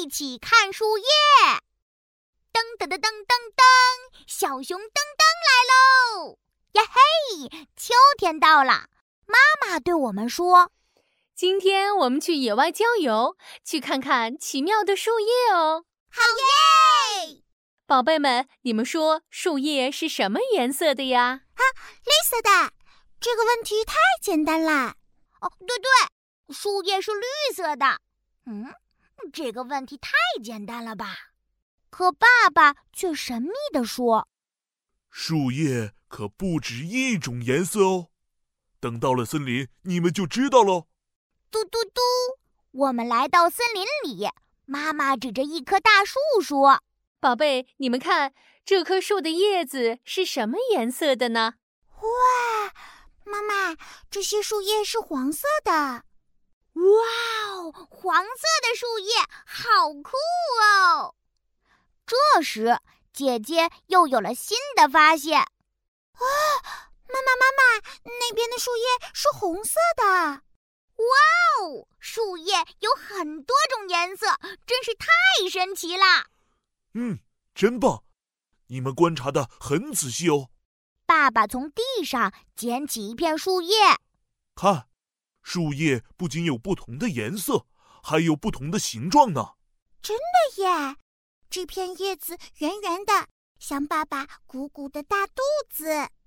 一起看树叶。噔噔噔噔噔噔，小熊噔噔来喽！呀嘿，秋天到了，妈妈对我们说， 今天我们去野外郊游，去看看奇妙的树叶哦。 好耶！ 宝贝们，你们说树叶是什么颜色的呀？ 绿色的。这个问题太简单了。 哦，对，树叶是绿色的。这个问题太简单了吧？可爸爸却神秘地说， 树叶可不止一种颜色哦。等到了森林，你们就知道喽。 嘟嘟嘟，我们来到森林里，妈妈指着一棵大树说， 宝贝，你们看，这棵树的叶子是什么颜色的呢？ 哇，妈妈，这些树叶是黄色的。 哇哦，黄色的树叶，好酷哦！这时，姐姐又有了新的发现。 妈妈，那边的树叶是红色的。 哇哦，树叶有很多种颜色，真是太神奇啦！ 真棒，你们观察得很仔细哦。 爸爸从地上捡起一片树叶， 看，树叶不仅有不同的颜色，还有不同的形状呢。 真的耶！这片叶子圆圆的，像爸爸鼓鼓的大肚子。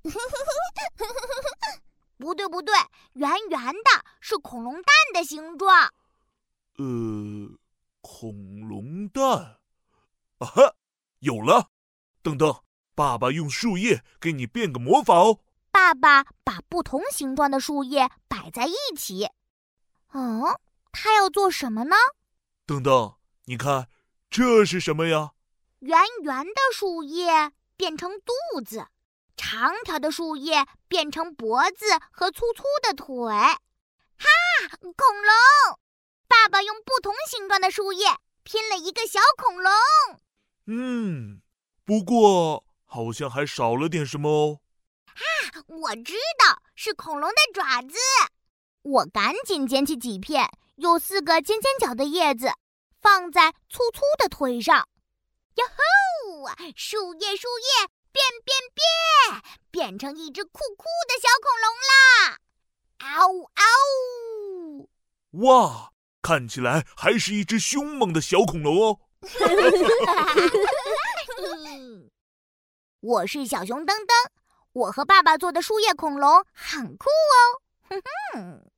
不对，圆圆的是恐龙蛋的形状。 恐龙蛋？啊哈，有了！等等，爸爸用树叶给你变个魔法哦。 爸爸把不同形状的树叶摆在一起。他要做什么呢？ 等等，你看，这是什么呀？ 圆圆的树叶变成肚子，长条的树叶变成脖子和粗粗的腿。哈，恐龙！爸爸用不同形状的树叶拼了一个小恐龙。 不过好像还少了点什么哦。 我知道，是恐龙的爪子。我赶紧捡起几片有4个尖尖角的叶子，放在粗粗的腿上。哟吼！树叶变成一只酷酷的小恐龙啦！嗷嗷！ 哇，看起来还是一只凶猛的小恐龙哦。 我是小熊噔噔，我和爸爸做的树叶恐龙很酷哦。